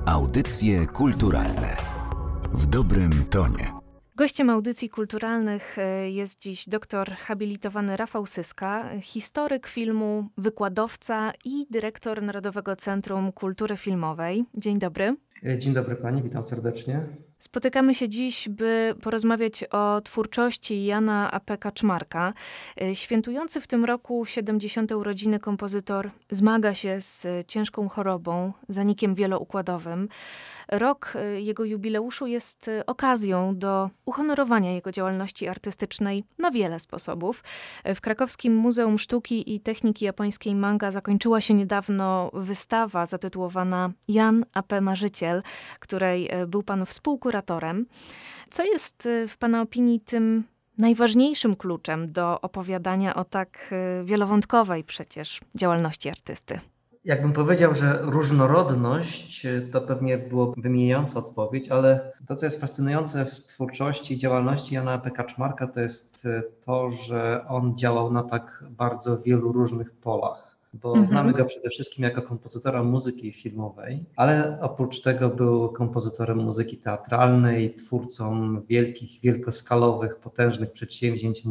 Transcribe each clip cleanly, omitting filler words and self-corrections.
Audycje kulturalne w dobrym tonie. Gościem audycji kulturalnych jest dziś doktor habilitowany Rafał Syska, historyk filmu, wykładowca i dyrektor Narodowego Centrum Kultury Filmowej. Dzień dobry. Dzień dobry pani, witam serdecznie. Spotykamy się dziś, by porozmawiać o twórczości Jana A.P. Kaczmarka. Świętujący w tym roku 70. urodziny kompozytor zmaga się z ciężką chorobą, zanikiem wieloukładowym. Rok jego jubileuszu jest okazją do uhonorowania jego działalności artystycznej na wiele sposobów. W krakowskim Muzeum Sztuki i Techniki Japońskiej Manga zakończyła się niedawno wystawa zatytułowana Jan A.P. Marzyciel, której był pan współkuratorem. Co jest w pana opinii tym najważniejszym kluczem do opowiadania o tak wielowątkowej przecież działalności artysty? Jakbym powiedział, że różnorodność, to pewnie byłoby wymijająca odpowiedź, ale to, co jest fascynujące w twórczości i działalności Jana A.P. Kaczmarka, to jest to, że on działał na tak bardzo wielu różnych polach. Bo znamy go przede wszystkim jako kompozytora muzyki filmowej, ale oprócz tego był kompozytorem muzyki teatralnej, twórcą wielkich, wielkoskalowych, potężnych przedsięwzięć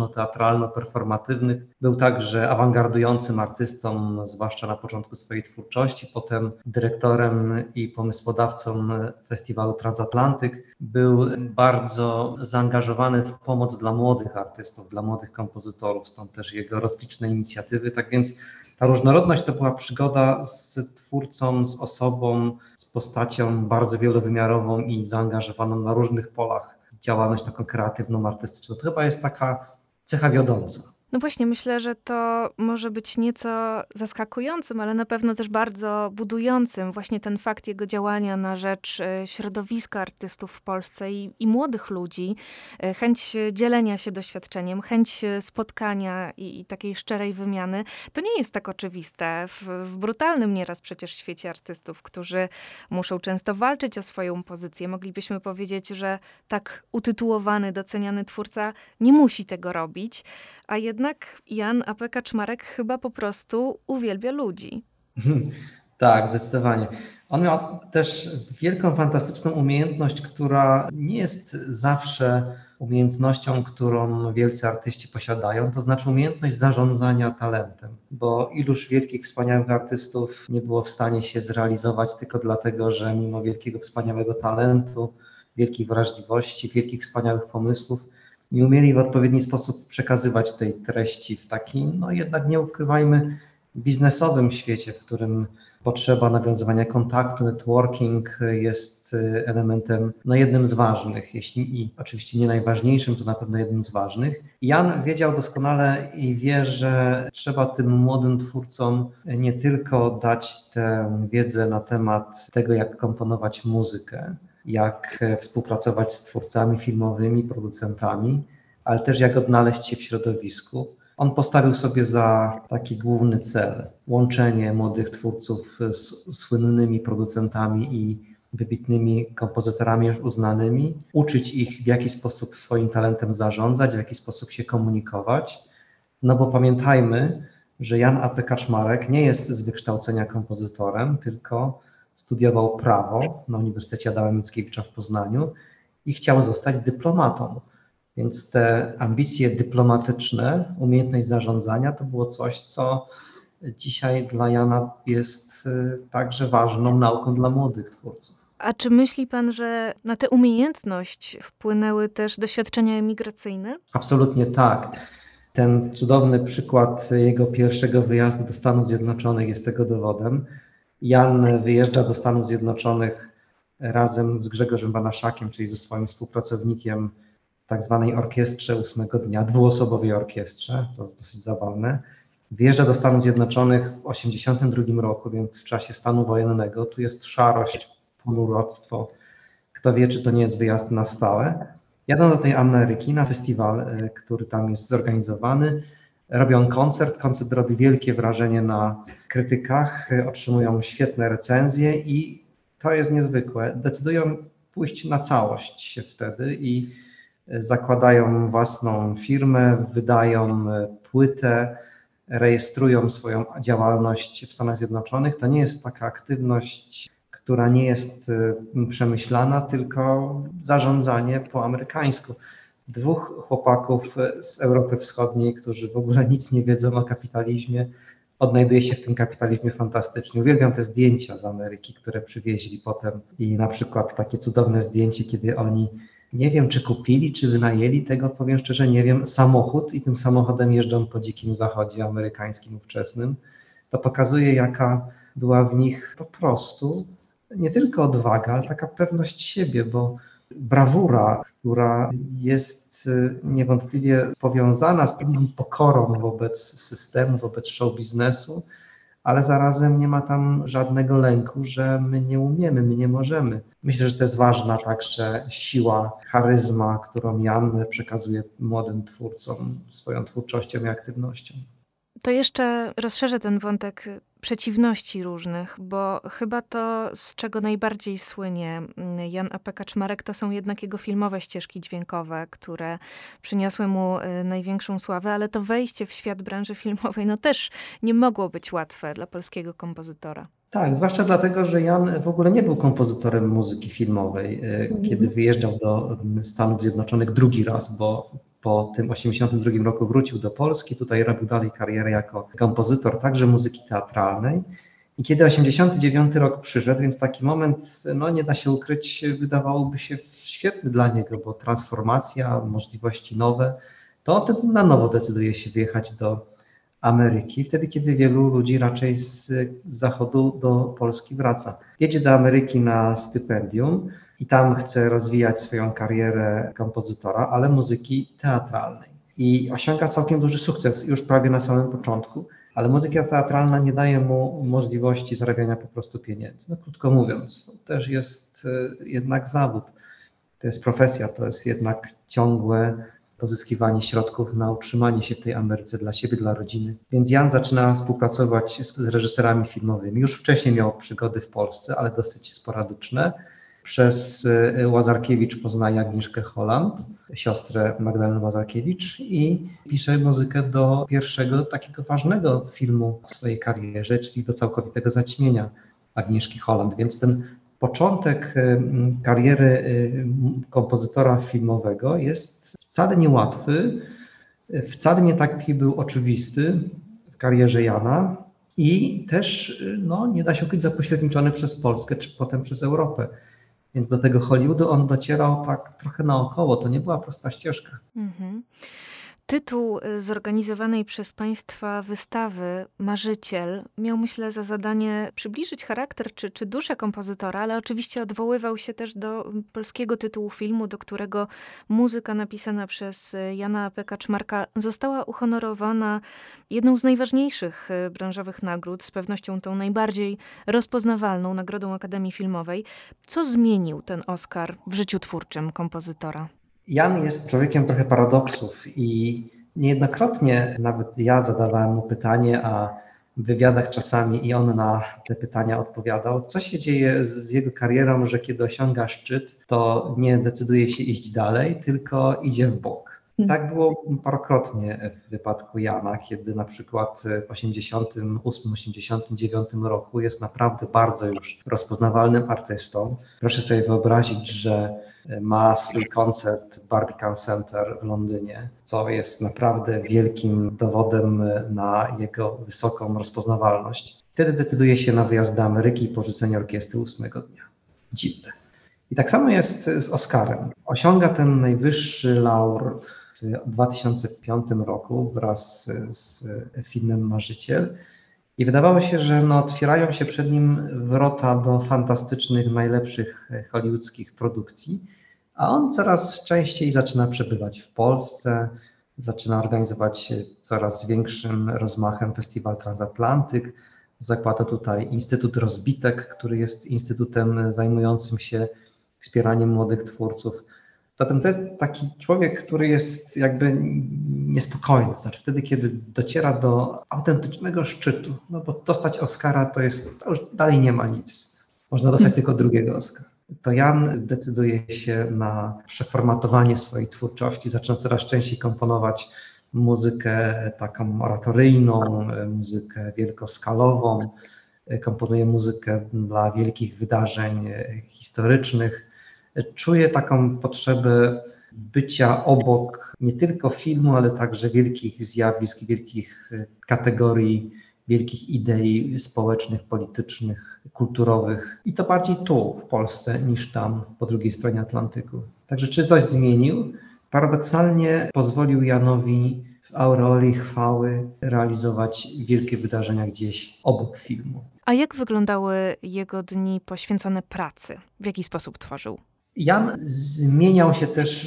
muzyczno-teatralno-performatywnych. Był także awangardującym artystą, zwłaszcza na początku swojej twórczości, potem dyrektorem i pomysłodawcą festiwalu Transatlantyk. Był bardzo zaangażowany w pomoc dla młodych artystów, dla młodych kompozytorów, stąd też jego rozliczne inicjatywy. Tak więc ta różnorodność to była przygoda z twórcą, z osobą, z postacią bardzo wielowymiarową i zaangażowaną na różnych polach w działalność taką kreatywną, artystyczną. To chyba jest taka cecha wiodąca. No właśnie, myślę, że to może być nieco zaskakującym, ale na pewno też bardzo budującym właśnie ten fakt jego działania na rzecz środowiska artystów w Polsce i młodych ludzi. Chęć dzielenia się doświadczeniem, chęć spotkania i takiej szczerej wymiany. To nie jest tak oczywiste w brutalnym nieraz przecież świecie artystów, którzy muszą często walczyć o swoją pozycję. Moglibyśmy powiedzieć, że tak utytułowany, doceniany twórca nie musi tego robić, a jednak Jan A.P. Kaczmarek chyba po prostu uwielbia ludzi. Tak, zdecydowanie. On miał też wielką, fantastyczną umiejętność, która nie jest zawsze umiejętnością, którą wielcy artyści posiadają, to znaczy umiejętność zarządzania talentem, bo iluż wielkich, wspaniałych artystów nie było w stanie się zrealizować tylko dlatego, że mimo wielkiego, wspaniałego talentu, wielkiej wrażliwości, wielkich, wspaniałych pomysłów, nie umieli w odpowiedni sposób przekazywać tej treści w takim, no jednak nie ukrywajmy, biznesowym świecie, w którym potrzeba nawiązywania kontaktu, networking jest elementem, no jednym z ważnych, jeśli i oczywiście nie najważniejszym, to na pewno jednym z ważnych. Jan wiedział doskonale i wie, że trzeba tym młodym twórcom nie tylko dać tę wiedzę na temat tego, jak komponować muzykę, jak współpracować z twórcami filmowymi, producentami, ale też jak odnaleźć się w środowisku. On postawił sobie za taki główny cel łączenie młodych twórców z słynnymi producentami i wybitnymi kompozytorami już uznanymi, uczyć ich, w jaki sposób swoim talentem zarządzać, w jaki sposób się komunikować. No bo pamiętajmy, że Jan A.P. Kaczmarek nie jest z wykształcenia kompozytorem, tylko studiował prawo na Uniwersytecie Adama Mickiewicza w Poznaniu i chciał zostać dyplomatą. Więc te ambicje dyplomatyczne, umiejętność zarządzania to było coś, co dzisiaj dla Jana jest także ważną nauką dla młodych twórców. A czy myśli pan, że na tę umiejętność wpłynęły też doświadczenia emigracyjne? Absolutnie tak. Ten cudowny przykład jego pierwszego wyjazdu do Stanów Zjednoczonych jest tego dowodem. Jan wyjeżdża do Stanów Zjednoczonych razem z Grzegorzem Banaszakiem, czyli ze swoim współpracownikiem w tak zwanej orkiestrze 8 dnia, dwuosobowej orkiestrze, to dosyć zabawne. Wyjeżdża do Stanów Zjednoczonych w 1982 roku, więc w czasie stanu wojennego. Tu jest szarość, ponuroctwo. Kto wie, czy to nie jest wyjazd na stałe. Jadą do tej Ameryki na festiwal, który tam jest zorganizowany. Robią koncert. Koncert robi wielkie wrażenie na krytykach, otrzymują świetne recenzje i to jest niezwykłe. Decydują pójść na całość wtedy i zakładają własną firmę, wydają płytę, rejestrują swoją działalność w Stanach Zjednoczonych. To nie jest taka aktywność, która nie jest przemyślana, tylko zarządzanie po amerykańsku. Dwóch chłopaków z Europy Wschodniej, którzy w ogóle nic nie wiedzą o kapitalizmie, odnajduje się w tym kapitalizmie fantastycznie. Uwielbiam te zdjęcia z Ameryki, które przywieźli potem i na przykład takie cudowne zdjęcie, kiedy oni, nie wiem czy kupili, czy wynajęli tego, powiem szczerze, nie wiem, samochód i tym samochodem jeżdżą po dzikim zachodzie amerykańskim ówczesnym. To pokazuje, jaka była w nich po prostu nie tylko odwaga, ale taka pewność siebie, bo brawura, która jest niewątpliwie powiązana z pewną pokorą wobec systemu, wobec show biznesu, ale zarazem nie ma tam żadnego lęku, że my nie umiemy, my nie możemy. Myślę, że to jest ważna także siła, charyzma, którą Jan przekazuje młodym twórcom swoją twórczością i aktywnością. To jeszcze rozszerzę ten wątek przeciwności różnych, bo chyba to, z czego najbardziej słynie Jan A.P. Kaczmarek, to są jednak jego filmowe ścieżki dźwiękowe, które przyniosły mu największą sławę, ale to wejście w świat branży filmowej no też nie mogło być łatwe dla polskiego kompozytora. Tak, zwłaszcza dlatego, że Jan w ogóle nie był kompozytorem muzyki filmowej, kiedy wyjeżdżał do Stanów Zjednoczonych drugi raz, bo po tym 1982 roku wrócił do Polski, tutaj robił dalej karierę jako kompozytor także muzyki teatralnej. I kiedy 1989 rok przyszedł, więc taki moment, no nie da się ukryć, wydawałoby się świetny dla niego, bo transformacja, możliwości nowe, to on wtedy na nowo decyduje się wyjechać do Ameryki, wtedy kiedy wielu ludzi raczej z zachodu do Polski wraca. Jedzie do Ameryki na stypendium i tam chce rozwijać swoją karierę kompozytora, ale muzyki teatralnej. I osiąga całkiem duży sukces już prawie na samym początku, ale muzyka teatralna nie daje mu możliwości zarabiania po prostu pieniędzy. No, krótko mówiąc, to też jest jednak zawód, to jest profesja, to jest jednak ciągłe pozyskiwanie środków na utrzymanie się w tej Ameryce dla siebie, dla rodziny. Więc Jan zaczyna współpracować z reżyserami filmowymi. Już wcześniej miał przygody w Polsce, ale dosyć sporadyczne. Przez Łazarkiewicz poznaje Agnieszkę Holland, siostrę Magdaleny Łazarkiewicz i pisze muzykę do pierwszego takiego ważnego filmu w swojej karierze, czyli do Całkowitego zaćmienia Agnieszki Holland. Więc ten początek kariery kompozytora filmowego jest wcale niełatwy, wcale nie taki był oczywisty w karierze Jana i też no, nie da się ukryć, zapośredniczony przez Polskę czy potem przez Europę. Więc do tego Hollywoodu on docierał tak trochę naokoło, to nie była prosta ścieżka. Mhm. Tytuł zorganizowanej przez państwa wystawy Marzyciel miał, myślę, za zadanie przybliżyć charakter czy duszę kompozytora, ale oczywiście odwoływał się też do polskiego tytułu filmu, do którego muzyka napisana przez Jana A.P. Kaczmarka została uhonorowana jedną z najważniejszych branżowych nagród, z pewnością tą najbardziej rozpoznawalną Nagrodą Akademii Filmowej. Co zmienił ten Oscar w życiu twórczym kompozytora? Jan jest człowiekiem trochę paradoksów i niejednokrotnie nawet ja zadawałem mu pytanie, a w wywiadach czasami i on na te pytania odpowiadał. Co się dzieje z jego karierą, że kiedy osiąga szczyt, to nie decyduje się iść dalej, tylko idzie w bok. Tak było parokrotnie w wypadku Jana, kiedy na przykład w 1988-1989 roku jest naprawdę bardzo już rozpoznawalnym artystą. Proszę sobie wyobrazić, że ma swój koncert w Barbican Center w Londynie, co jest naprawdę wielkim dowodem na jego wysoką rozpoznawalność. Wtedy decyduje się na wyjazd do Ameryki i porzucenie orkiestry 8 dnia. Dziwne. I tak samo jest z Oscarem. Osiąga ten najwyższy laur w 2005 roku wraz z filmem Marzyciel. I wydawało się, że no, otwierają się przed nim wrota do fantastycznych, najlepszych hollywoodzkich produkcji, a on coraz częściej zaczyna przebywać w Polsce, zaczyna organizować coraz większym rozmachem Festiwal Transatlantyk, zakłada tutaj Instytut Rozbitek, który jest instytutem zajmującym się wspieraniem młodych twórców. Zatem to jest taki człowiek, który jest jakby niespokojny. Znaczy wtedy, kiedy dociera do autentycznego szczytu, no bo dostać Oscara to już dalej nie ma nic. Można dostać tylko drugiego Oscara. To Jan decyduje się na przeformatowanie swojej twórczości, zaczyna coraz częściej komponować muzykę taką oratoryjną, muzykę wielkoskalową, komponuje muzykę dla wielkich wydarzeń historycznych. Czuję taką potrzebę bycia obok nie tylko filmu, ale także wielkich zjawisk, wielkich kategorii, wielkich idei społecznych, politycznych, kulturowych. I to bardziej tu, w Polsce, niż tam, po drugiej stronie Atlantyku. Także czy coś zmienił? Paradoksalnie pozwolił Janowi w aureoli chwały realizować wielkie wydarzenia gdzieś obok filmu. A jak wyglądały jego dni poświęcone pracy? W jaki sposób tworzył? Jan zmieniał się też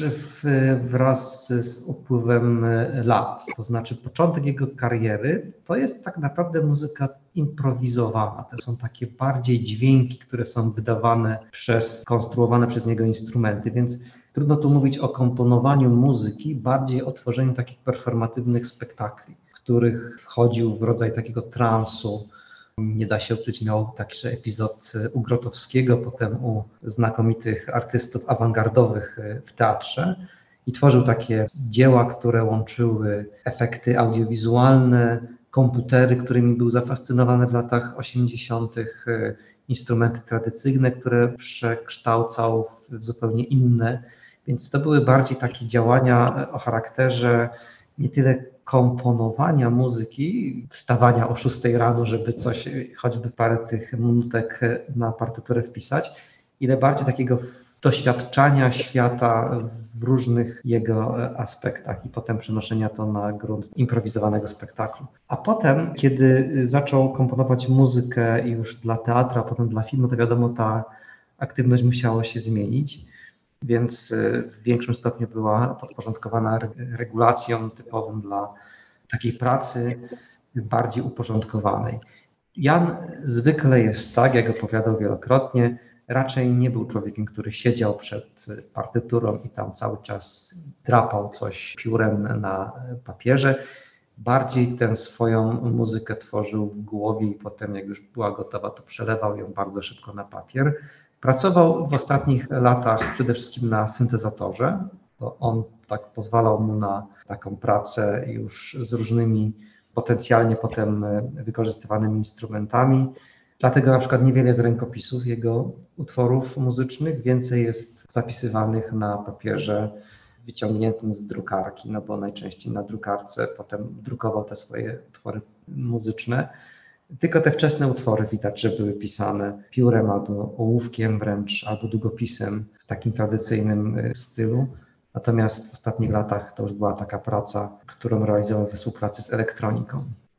wraz z upływem lat. To znaczy początek jego kariery to jest tak naprawdę muzyka improwizowana. To są takie bardziej dźwięki, które są wydawane konstruowane przez niego instrumenty, więc trudno tu mówić o komponowaniu muzyki, bardziej o tworzeniu takich performatywnych spektakli, w których wchodził w rodzaj takiego transu. Nie da się ukryć, miał także epizod u Grotowskiego, potem u znakomitych artystów awangardowych w teatrze i tworzył takie dzieła, które łączyły efekty audiowizualne, komputery, którymi był zafascynowany w latach 80., instrumenty tradycyjne, które przekształcał w zupełnie inne. Więc to były bardziej takie działania o charakterze nie tyle komponowania muzyki, wstawania o 6 rano, żeby coś, choćby parę tych minutek na partyturę wpisać, ile bardziej takiego doświadczania świata w różnych jego aspektach i potem przenoszenia to na grunt improwizowanego spektaklu. A potem, kiedy zaczął komponować muzykę już dla teatru, a potem dla filmu, to wiadomo, ta aktywność musiała się zmienić. Więc w większym stopniu była podporządkowana regulacjom typowym dla takiej pracy bardziej uporządkowanej. Jan zwykle jest tak, jak opowiadał wielokrotnie, raczej nie był człowiekiem, który siedział przed partyturą i tam cały czas drapał coś piórem na papierze. Bardziej tę swoją muzykę tworzył w głowie i potem jak już była gotowa, to przelewał ją bardzo szybko na papier. Pracował w ostatnich latach przede wszystkim na syntezatorze, bo on tak pozwalał mu na taką pracę już z różnymi potencjalnie potem wykorzystywanymi instrumentami. Dlatego na przykład niewiele z rękopisów jego utworów muzycznych, więcej jest zapisywanych na papierze wyciągniętym z drukarki, no bo najczęściej na drukarce potem drukował te swoje utwory muzyczne. Tylko te wczesne utwory widać, że były pisane piórem albo ołówkiem wręcz, albo długopisem w takim tradycyjnym stylu. Natomiast w ostatnich latach to już była taka praca, którą realizował we współpracy z elektroniką.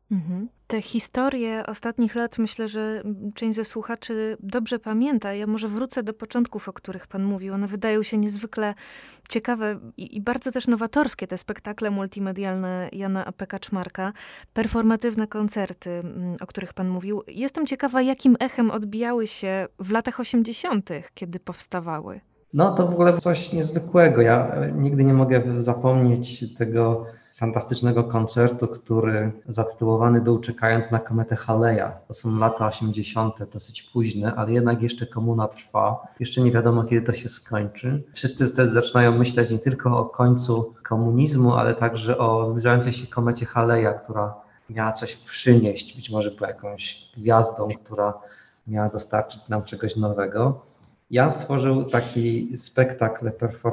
Te historie ostatnich lat, myślę, że część ze słuchaczy dobrze pamięta. Ja może wrócę do początków, o których pan mówił. One wydają się niezwykle ciekawe i bardzo też nowatorskie, te spektakle multimedialne Jana A.P. Kaczmarka, performatywne koncerty, o których pan mówił. Jestem ciekawa, jakim echem odbijały się w latach 80., kiedy powstawały. No to w ogóle coś niezwykłego. Ja nigdy nie mogę zapomnieć tego fantastycznego koncertu, który zatytułowany był Czekając na kometę Haleja. To są lata 80., dosyć późne, ale jednak jeszcze komuna trwa. Jeszcze nie wiadomo, kiedy to się skończy. Wszyscy wtedy zaczynają myśleć nie tylko o końcu komunizmu, ale także o zbliżającej się komecie Haleja, która miała coś przynieść. Być może była jakąś gwiazdą, która miała dostarczyć nam czegoś nowego. Jan stworzył taki spektakl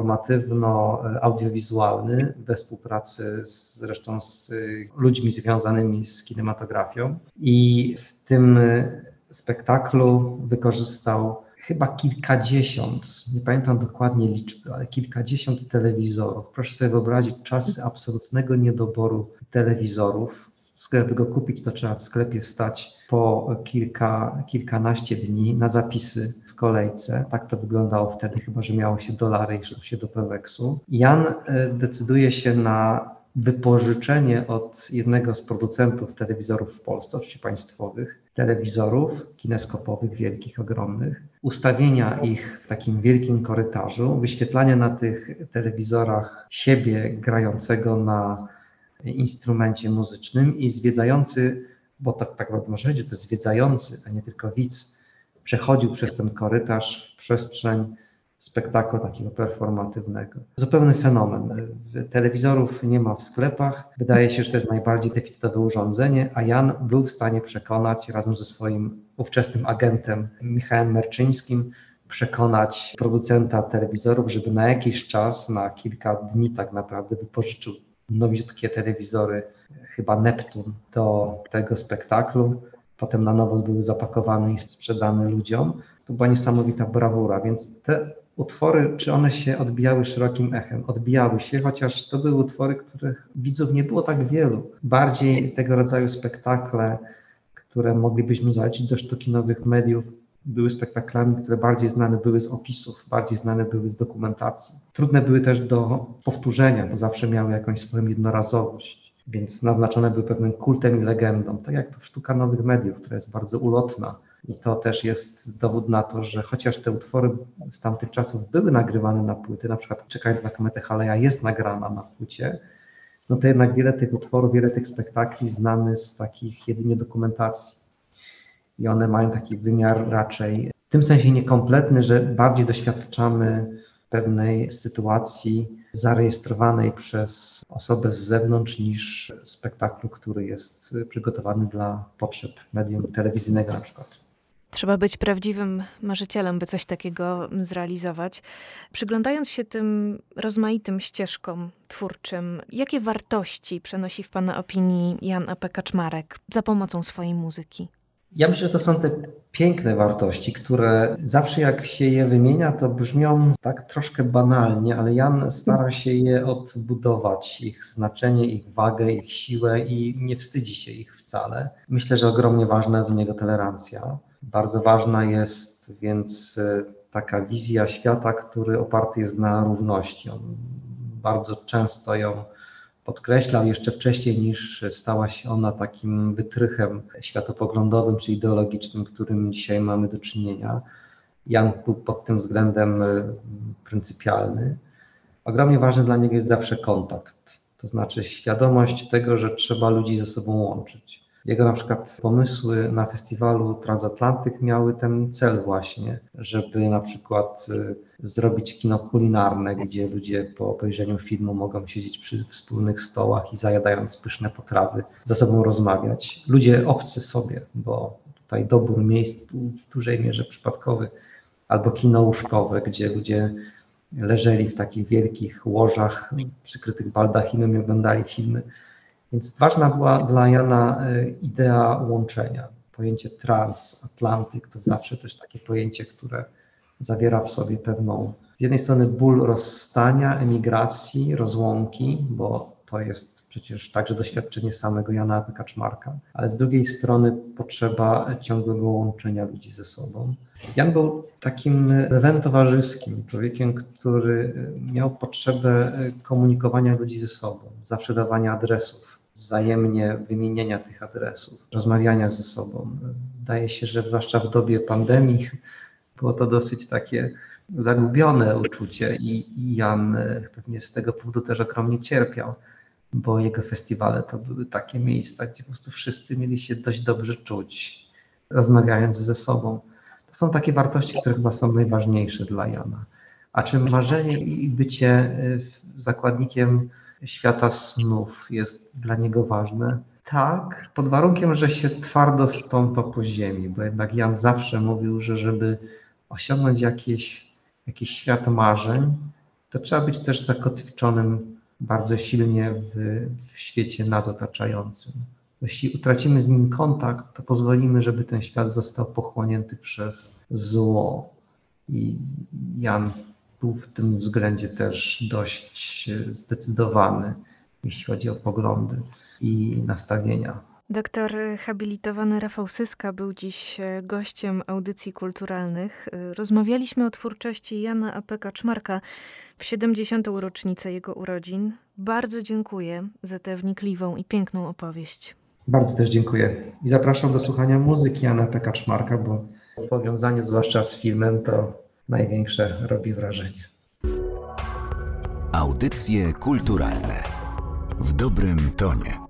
performatywno-audiowizualny we współpracy zresztą z ludźmi związanymi z kinematografią i w tym spektaklu wykorzystał chyba kilkadziesiąt, nie pamiętam dokładnie liczby, ale kilkadziesiąt telewizorów. Proszę sobie wyobrazić czasy absolutnego niedoboru telewizorów. Żeby go kupić, to trzeba w sklepie stać po kilkanaście dni na zapisy w kolejce. Tak to wyglądało wtedy, chyba że miało się dolary i szło się do Peweksu. Jan decyduje się na wypożyczenie od jednego z producentów telewizorów w Polsce, oczywiście państwowych, telewizorów kineskopowych, wielkich, ogromnych, ustawienia ich w takim wielkim korytarzu, wyświetlania na tych telewizorach siebie grającego na instrumencie muzycznym i zwiedzający, bo tak naprawdę można powiedzieć, że to jest zwiedzający, a nie tylko widz, przechodził przez ten korytarz w przestrzeń spektaklu takiego performatywnego. Zupełny fenomen. Telewizorów nie ma w sklepach. Wydaje się, że to jest najbardziej deficytowe urządzenie, a Jan był w stanie przekonać razem ze swoim ówczesnym agentem Michałem Merczyńskim, przekonać producenta telewizorów, żeby na jakiś czas, na kilka dni tak naprawdę wypożyczył nowiutkie telewizory, chyba Neptun, do tego spektaklu. Potem na nowo były zapakowane i sprzedane ludziom. To była niesamowita brawura, więc te utwory, czy one się odbijały szerokim echem? Odbijały się, chociaż to były utwory, których widzów nie było tak wielu. Bardziej tego rodzaju spektakle, które moglibyśmy zaliczyć do sztuki nowych mediów, były spektaklami, które bardziej znane były z opisów, bardziej znane były z dokumentacji. Trudne były też do powtórzenia, bo zawsze miały jakąś swoją jednorazowość, więc naznaczone były pewnym kultem i legendą, tak jak to sztuka nowych mediów, która jest bardzo ulotna. I to też jest dowód na to, że chociaż te utwory z tamtych czasów były nagrywane na płyty, na przykład Czekając na kometę Haleja jest nagrana na płycie, no to jednak wiele tych utworów, wiele tych spektakli znamy z takich jedynie dokumentacji. I one mają taki wymiar raczej w tym sensie niekompletny, że bardziej doświadczamy pewnej sytuacji zarejestrowanej przez osobę z zewnątrz niż spektaklu, który jest przygotowany dla potrzeb medium telewizyjnego na przykład. Trzeba być prawdziwym marzycielem, by coś takiego zrealizować. Przyglądając się tym rozmaitym ścieżkom twórczym, jakie wartości przenosi w Pana opinii Jan A.P. Kaczmarek za pomocą swojej muzyki? Ja myślę, że to są te piękne wartości, które zawsze jak się je wymienia, to brzmią tak troszkę banalnie, ale Jan stara się je odbudować, ich znaczenie, ich wagę, ich siłę i nie wstydzi się ich wcale. Myślę, że ogromnie ważna jest u niego tolerancja. Bardzo ważna jest więc taka wizja świata, który oparty jest na równości. On bardzo często ją podkreślał jeszcze wcześniej, niż stała się ona takim wytrychem światopoglądowym czy ideologicznym, którym dzisiaj mamy do czynienia. Jan był pod tym względem pryncypialny. Ogromnie ważny dla niego jest zawsze kontakt, to znaczy świadomość tego, że trzeba ludzi ze sobą łączyć. Jego na przykład pomysły na festiwalu Transatlantyk miały ten cel właśnie, żeby na przykład zrobić kino kulinarne, gdzie ludzie po obejrzeniu filmu mogą siedzieć przy wspólnych stołach i zajadając pyszne potrawy ze sobą rozmawiać. Ludzie obcy sobie, bo tutaj dobór miejsc był w dużej mierze przypadkowy, albo kino łóżkowe, gdzie ludzie leżeli w takich wielkich łożach przykrytych baldachimem i oglądali filmy. Więc ważna była dla Jana idea łączenia. Pojęcie transatlantyk to zawsze też takie pojęcie, które zawiera w sobie pewną, z jednej strony ból rozstania, emigracji, rozłąki, bo to jest przecież także doświadczenie samego Jana A.P. Kaczmarka, ale z drugiej strony potrzeba ciągłego łączenia ludzi ze sobą. Jan był takim lwem towarzyskim, człowiekiem, który miał potrzebę komunikowania ludzi ze sobą, zawsze dawania adresów, wzajemnie wymienienia tych adresów, rozmawiania ze sobą. Wydaje się, że zwłaszcza w dobie pandemii było to dosyć takie zagubione uczucie i Jan pewnie z tego powodu też ogromnie cierpiał, bo jego festiwale to były takie miejsca, gdzie po prostu wszyscy mieli się dość dobrze czuć, rozmawiając ze sobą. To są takie wartości, które chyba są najważniejsze dla Jana. A czy marzenie i bycie zakładnikiem świata snów jest dla niego ważne? Tak, pod warunkiem, że się twardo stąpa po ziemi, bo jednak Jan zawsze mówił, że żeby osiągnąć jakiś świat marzeń, to trzeba być też zakotwiczonym bardzo silnie w świecie nas otaczającym. Jeśli utracimy z nim kontakt, to pozwolimy, żeby ten świat został pochłonięty przez zło. I Jan był w tym względzie też dość zdecydowany, jeśli chodzi o poglądy i nastawienia. Doktor habilitowany Rafał Syska był dziś gościem audycji kulturalnych. Rozmawialiśmy o twórczości Jana A.P. Kaczmarka w 70. rocznicę jego urodzin. Bardzo dziękuję za tę wnikliwą i piękną opowieść. Bardzo też dziękuję i zapraszam do słuchania muzyki Jana A.P. Kaczmarka, bo w powiązaniu zwłaszcza z filmem to największe robi wrażenie. Audycje kulturalne w dobrym tonie.